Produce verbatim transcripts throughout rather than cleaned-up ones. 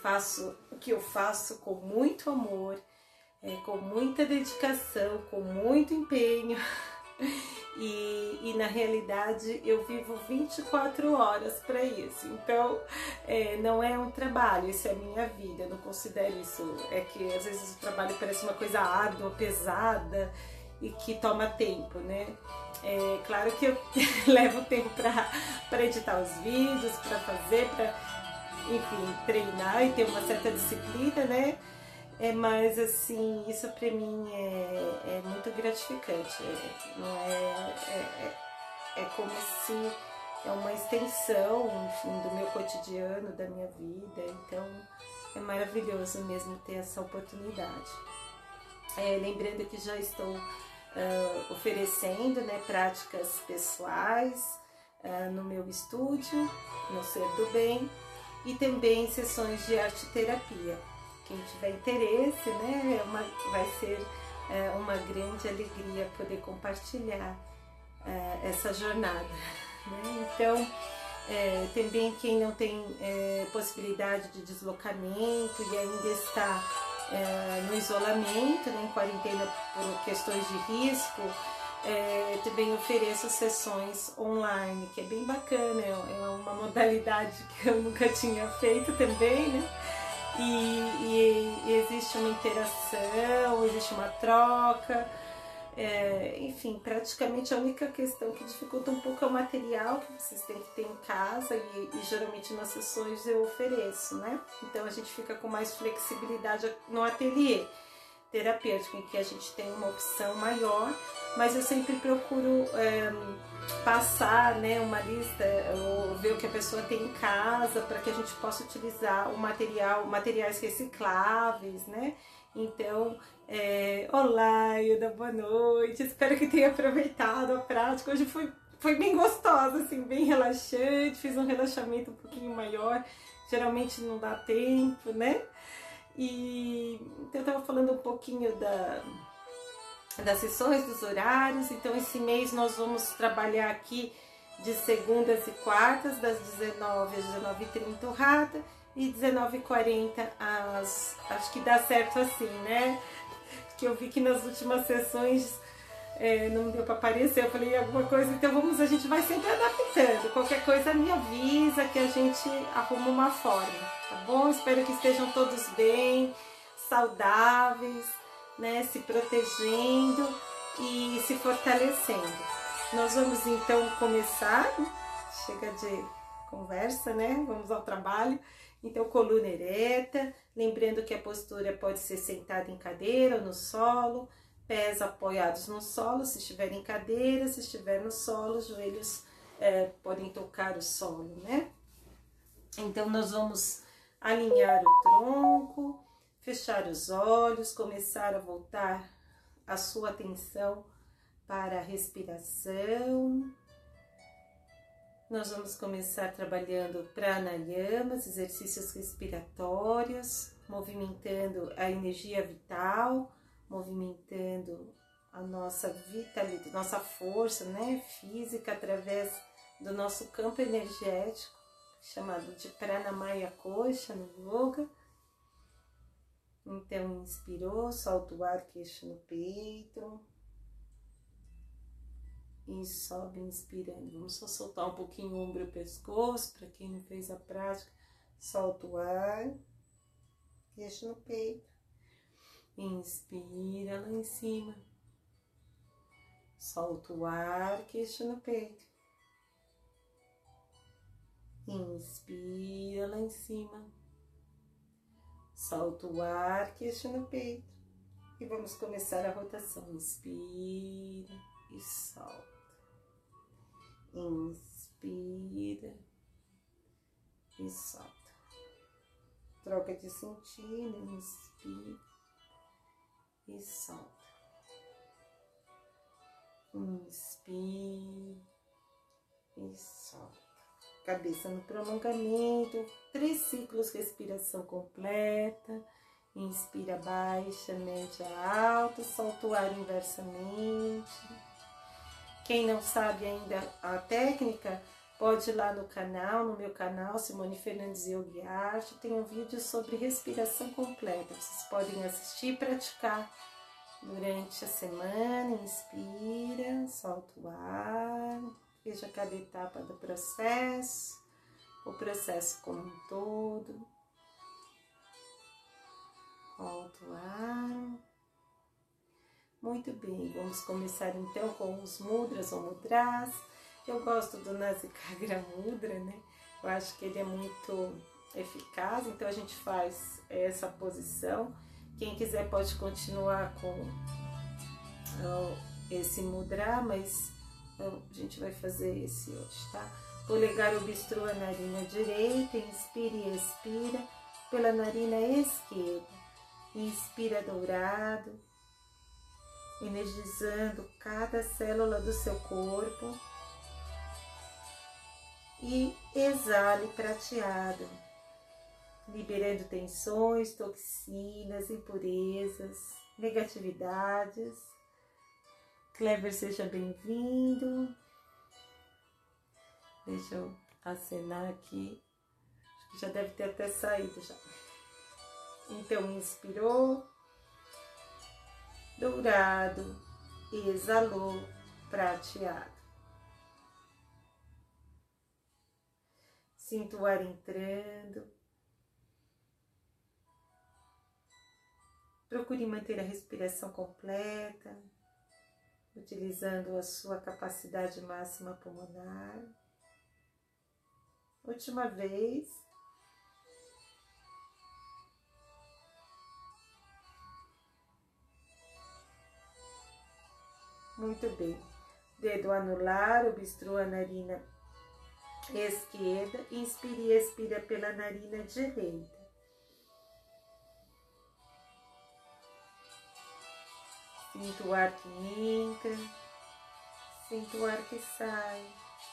faço o que eu faço com muito amor, é, com muita dedicação, com muito empenho. E, e na realidade eu vivo vinte e quatro horas para isso, então é, não é um trabalho, isso é a minha vida, eu não considero isso, é que às vezes o trabalho parece uma coisa árdua, pesada e que toma tempo, né? É claro que eu levo tempo para editar os vídeos, para fazer, para, enfim, treinar e ter uma certa disciplina, né? É, mas assim, isso pra mim é, é muito gratificante, é, não é, é, é, é como se é uma extensão, enfim, do meu cotidiano, da minha vida, então é maravilhoso mesmo ter essa oportunidade. É, lembrando que já estou uh, oferecendo, né, práticas pessoais uh, no meu estúdio, no Ser do Bem, e também sessões de arte-terapia. Quem tiver interesse, né, é uma, vai ser é, uma grande alegria poder compartilhar é, essa jornada. Né? Então, é, também quem não tem é, possibilidade de deslocamento e ainda está é, no isolamento, né, em quarentena por questões de risco, é, também ofereço sessões online, que é bem bacana, é uma modalidade que eu nunca tinha feito também, né? E, e, e existe uma interação, existe uma troca, é, enfim, praticamente a única questão que dificulta um pouco é o material que vocês têm que ter em casa e, e geralmente nas sessões eu ofereço, né? Então a gente fica com mais flexibilidade no ateliê terapêutico, em que a gente tem uma opção maior, mas eu sempre procuro é, passar, né, uma lista ou ver o que a pessoa tem em casa para que a gente possa utilizar o material, materiais recicláveis, né? Então, é, olá, Ilda, boa noite, espero que tenha aproveitado a prática. Hoje foi, foi bem gostosa, assim, bem relaxante, fiz um relaxamento um pouquinho maior, geralmente não dá tempo, né? E então eu estava falando um pouquinho da, das sessões, dos horários. Então esse mês nós vamos trabalhar aqui de segundas e quartas, das dezenove às dezenove e trinta o Rata e dezenove e quarenta às... acho que dá certo assim, né? Porque eu vi que nas últimas sessões é, não deu para aparecer, eu falei alguma coisa, então vamos, a gente vai sempre adaptando, qualquer coisa me avisa que a gente arruma uma forma, tá bom? Espero que estejam todos bem, saudáveis, né, se protegendo e se fortalecendo. Nós vamos então começar, chega de conversa, né, vamos ao trabalho. Então coluna ereta, lembrando que a postura pode ser sentada em cadeira ou no solo, pés apoiados no solo, se estiver em cadeira, se estiver no solo, os joelhos é, podem tocar o solo, né? Então, nós vamos alinhar o tronco, fechar os olhos, começar a voltar a sua atenção para a respiração. Nós vamos começar trabalhando pranayamas, exercícios respiratórios, movimentando a energia vital, movimentando a nossa vitalidade, nossa força, né, física através do nosso campo energético, chamado de Pranamaya Kosha no yoga. Então, inspirou, solta o ar, queixo no peito e sobe inspirando. Vamos só soltar um pouquinho o ombro e o pescoço, para quem não fez a prática, solta o ar, queixo no peito. Inspira lá em cima, solta o ar, queixo no peito. Inspira lá em cima, solta o ar, queixo no peito. E vamos começar a rotação. Inspira e solta. Inspira e solta. Troca de sentido, inspira e solta. Inspira e solta. Cabeça no prolongamento. Três ciclos, respiração completa. Inspira baixa, média, alta. Solta o ar inversamente. Quem não sabe ainda a técnica, pode ir lá no canal, no meu canal, Simone Fernandes Yoga Art, tem um vídeo sobre respiração completa. Vocês podem assistir e praticar durante a semana. Inspira, solta o ar, veja cada etapa do processo, o processo como um todo. Solta o ar. Muito bem, vamos começar então com os mudras ou mudras. Eu gosto do Nasikagra Mudra, né? Eu acho que ele é muito eficaz, então a gente faz essa posição. Quem quiser pode continuar com esse mudra, mas a gente vai fazer esse hoje, tá? Polegar obstrua a narina direita, inspira e expira pela narina esquerda. Inspira dourado, energizando cada célula do seu corpo. E exale prateado, liberando tensões, toxinas, impurezas, negatividades. Kleber, seja bem-vindo. Deixa eu acenar aqui. Acho que já deve ter até saído já. Então, inspirou, dourado, e exalou, prateado. Sinta o ar entrando. Procure manter a respiração completa, utilizando a sua capacidade máxima pulmonar. Última vez. Muito bem. Dedo anular, obstrua a narina esquerda, inspira e expira pela narina direita. Sinta o ar que entra, sinta o ar que sai.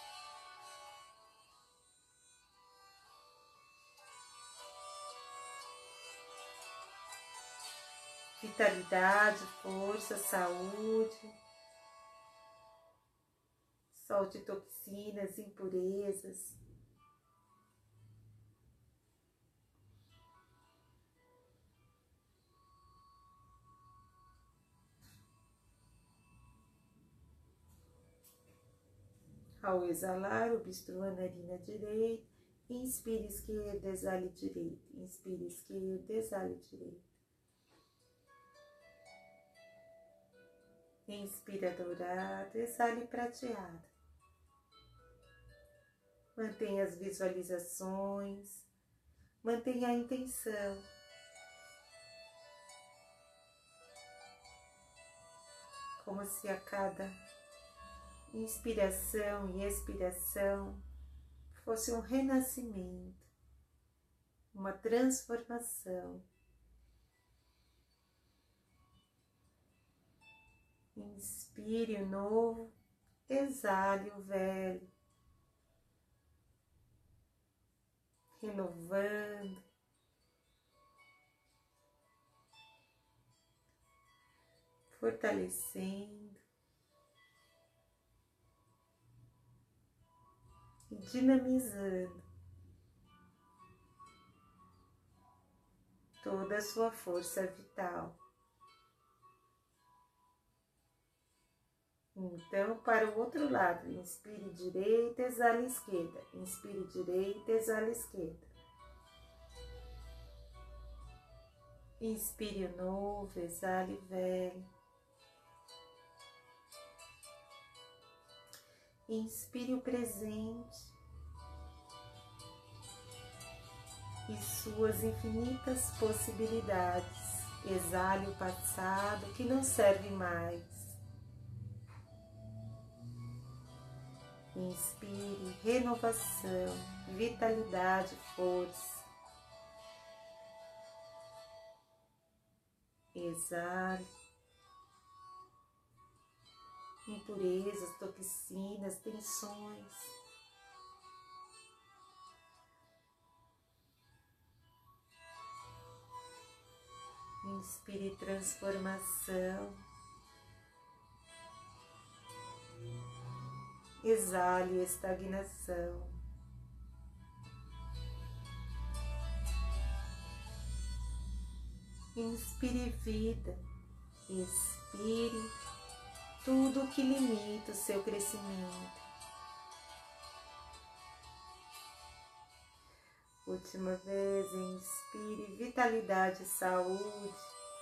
Vitalidade, força, saúde. Solte toxinas, impurezas. Ao exalar, obstrua a narina direita. Inspire esquerda, exale direita. Inspire esquerda, exale direita. Inspira dourado, exale prateado. Mantenha as visualizações, mantenha a intenção. Como se a cada inspiração e expiração fosse um renascimento, uma transformação. Inspire o novo, exale o velho. Renovando, fortalecendo e dinamizando toda a sua força vital. Então, para o outro lado, inspire direita, exale esquerda. Inspire direita, exale esquerda. Inspire o novo, exale velho. Inspire o presente e suas infinitas possibilidades. Exale o passado que não serve mais. Inspire renovação, vitalidade, força. Exale impurezas, toxinas, tensões. Inspire transformação. Exale estagnação. Inspire vida. Expire tudo que limita o seu crescimento. Última vez, inspire vitalidade e saúde.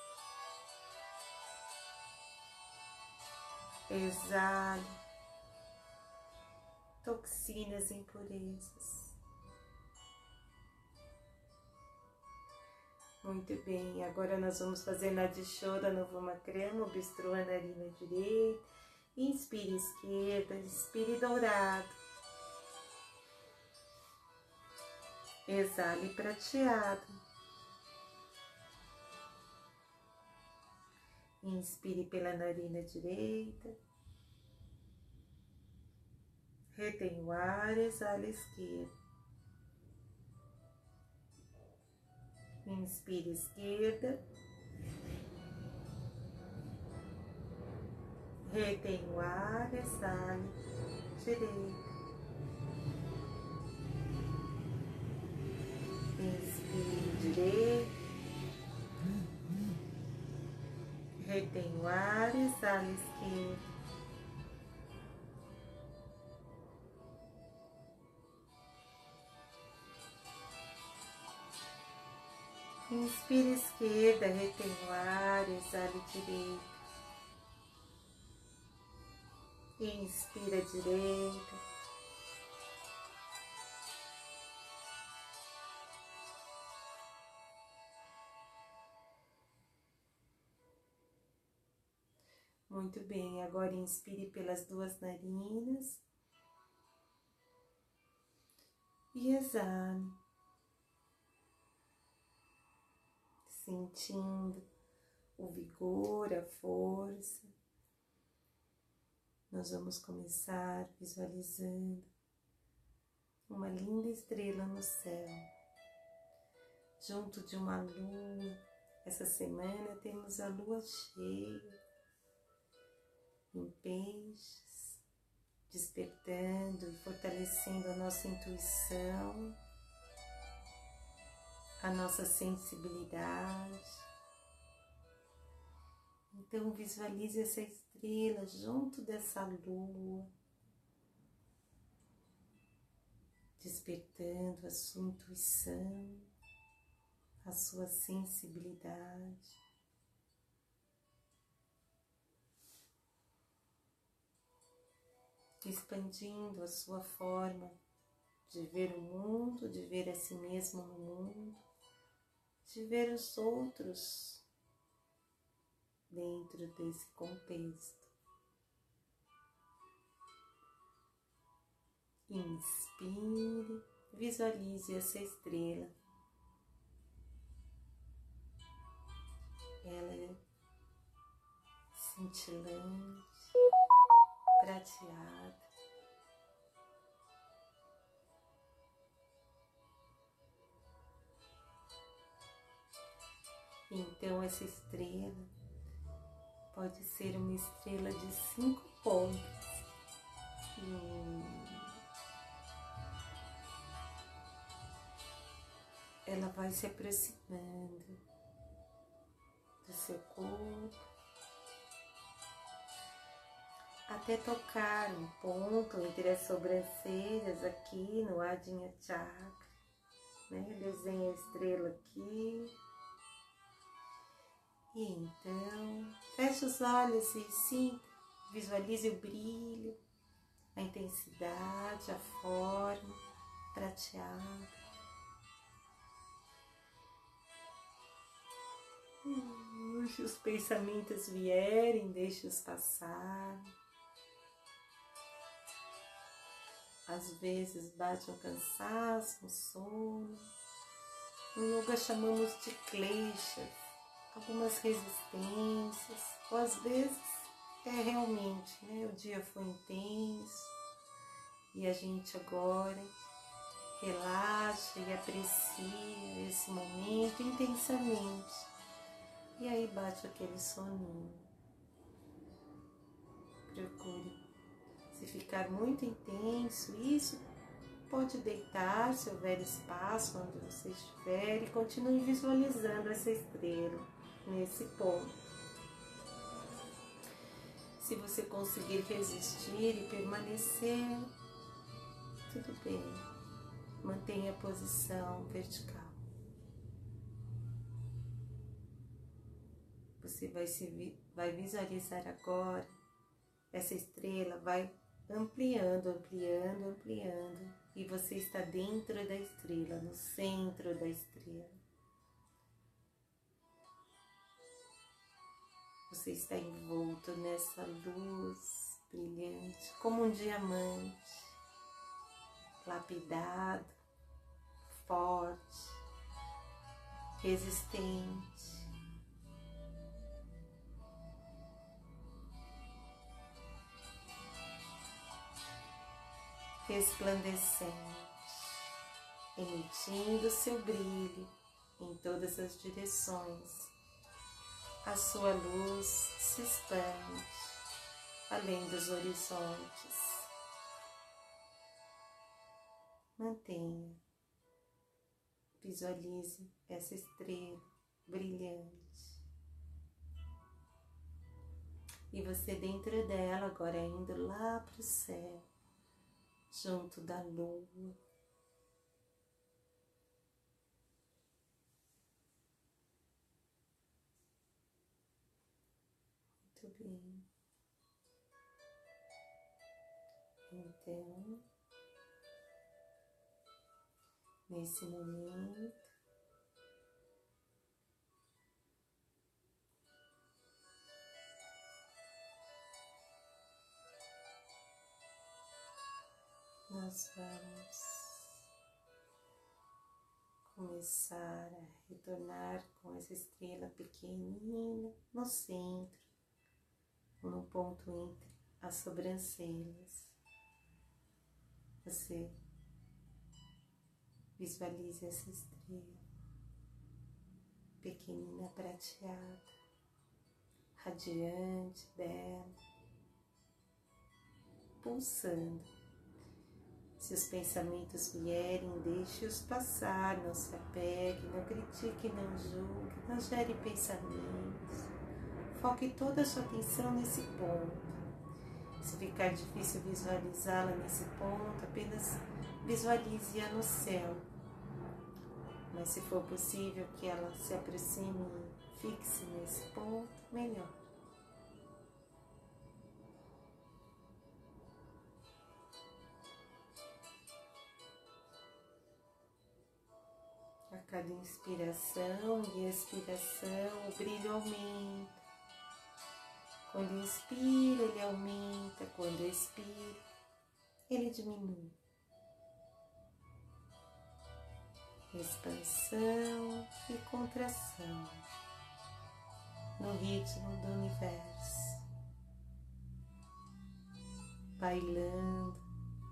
Exale toxinas e impurezas. Muito bem, agora nós vamos fazer Nadishora Novomakrama, obstrua a narina direita. Inspire esquerda, inspire dourado. Exale prateado. Inspire pela narina direita. Retém o ar, exale esquerda. Inspire esquerda. Retém o ar, exale direita. Inspire direito. Retém o ar, exale esquerda. Inspire esquerda, retém o ar, exale direita. Inspira direita. Muito bem, agora inspire pelas duas narinas e exale, sentindo o vigor, a força. Nós vamos começar visualizando uma linda estrela no céu, junto de uma lua. Essa semana temos a lua cheia em Peixes, despertando e fortalecendo a nossa intuição, a nossa sensibilidade. Então visualize essa estrela junto dessa lua, despertando a sua intuição, a sua sensibilidade. Expandindo a sua forma de ver o mundo, de ver a si mesmo no mundo, de ver os outros dentro desse contexto. Inspire, visualize essa estrela. Ela é cintilante, prateada. Então essa estrela pode ser uma estrela de cinco pontas. Hum. Ela vai se aproximando do seu corpo até tocar um ponto entre as sobrancelhas aqui no Ajna Chakra, né? Desenha a estrela aqui. E então, feche os olhos e sinta, visualize o brilho, a intensidade, a forma prateada. Hum, se os pensamentos vierem, deixe-os passar. Às vezes bate um cansaço, um sono. No yoga chamamos de kleshas, algumas resistências, ou às vezes é realmente, né, o dia foi intenso e a gente agora relaxa e aprecia esse momento intensamente, e aí bate aquele soninho. Procure Se ficar muito intenso, isso pode deitar se houver espaço onde você estiver e continue visualizando essa estrela nesse ponto. Se você conseguir resistir e permanecer, tudo bem. Mantenha a posição vertical. Você vai, se, vai visualizar agora, essa estrela vai ampliando, ampliando, ampliando, e você está dentro da estrela, no centro da estrela. Você está envolto nessa luz brilhante, como um diamante, lapidado, forte, resistente. Resplandecente, emitindo seu brilho em todas as direções. A sua luz se expande além dos horizontes. Mantenha, visualize essa estrela brilhante. E você dentro dela, agora indo lá para o céu, junto da lua. Muito bem. Então, nesse momento, nós vamos começar a retornar com essa estrela pequenina no centro, no ponto entre as sobrancelhas. Você visualize essa estrela pequenina, prateada, radiante, bela, pulsando. Se os pensamentos vierem, deixe-os passar, não se apegue, não critique, não julgue, não gere pensamentos. Foque toda a sua atenção nesse ponto. Se ficar difícil visualizá-la nesse ponto, apenas visualize-a no céu. Mas se for possível que ela se aproxime e fixe nesse ponto, melhor. A cada inspiração e expiração, o brilho aumenta. Quando inspira, ele aumenta. Quando expira, ele diminui. Expansão e contração no ritmo do universo, bailando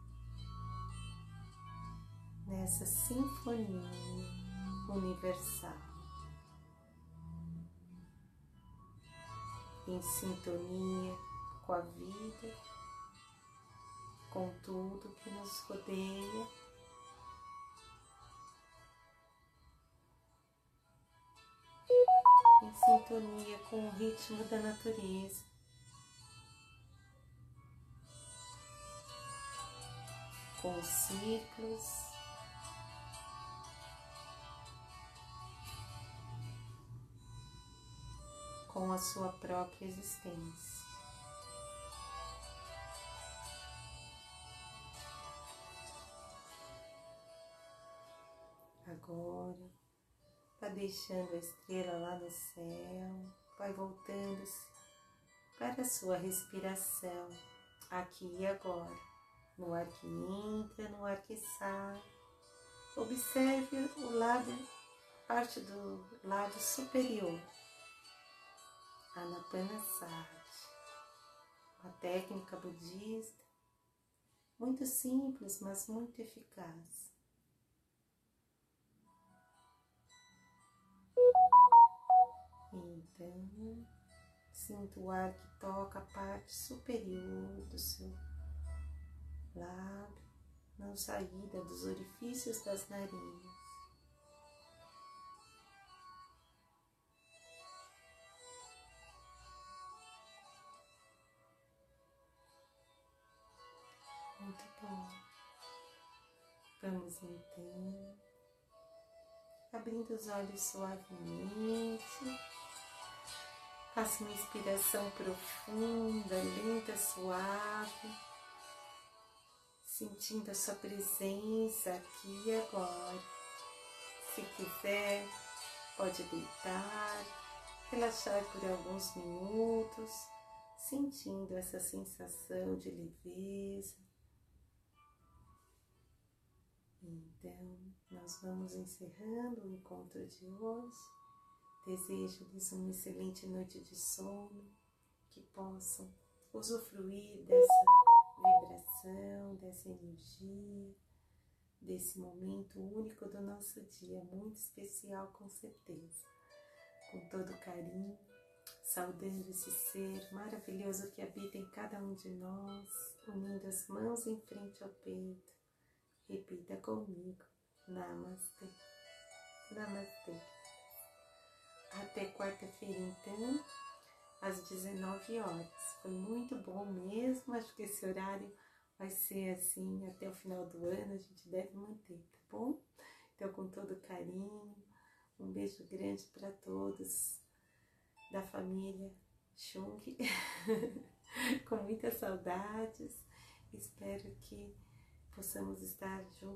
nessa sinfonia universal, em sintonia com a vida, com tudo que nos rodeia, em sintonia com o ritmo da natureza, com os ciclos, com a sua própria existência. Agora, vai deixando a estrela lá no céu, vai voltando-se para a sua respiração, aqui e agora, no ar que entra, no ar que sai. Observe o lado, parte do lado superior, Anapanasati, uma técnica budista muito simples, mas muito eficaz. Então, sinta o ar que toca a parte superior do seu lábio, na saída dos orifícios das narinas. Muito bom. Vamos então abrindo os olhos suavemente. Faça uma inspiração profunda, lenta, suave, sentindo a sua presença aqui e agora. Se quiser, pode deitar, relaxar por alguns minutos, sentindo essa sensação de leveza. Então, nós vamos encerrando o encontro de hoje. Desejo-lhes uma excelente noite de sono, que possam usufruir dessa vibração, dessa energia, desse momento único do nosso dia, muito especial com certeza. Com todo carinho, saudando esse ser maravilhoso que habita em cada um de nós, unindo as mãos em frente ao peito. Repita comigo, Namastê, Namastê. Até quarta-feira então, às dezenove horas. Foi muito bom mesmo, acho que esse horário vai ser assim até o final do ano, a gente deve manter, tá bom? Então, com todo carinho, um beijo grande para todos da família Chung, com muitas saudades. Espero que possamos estar juntos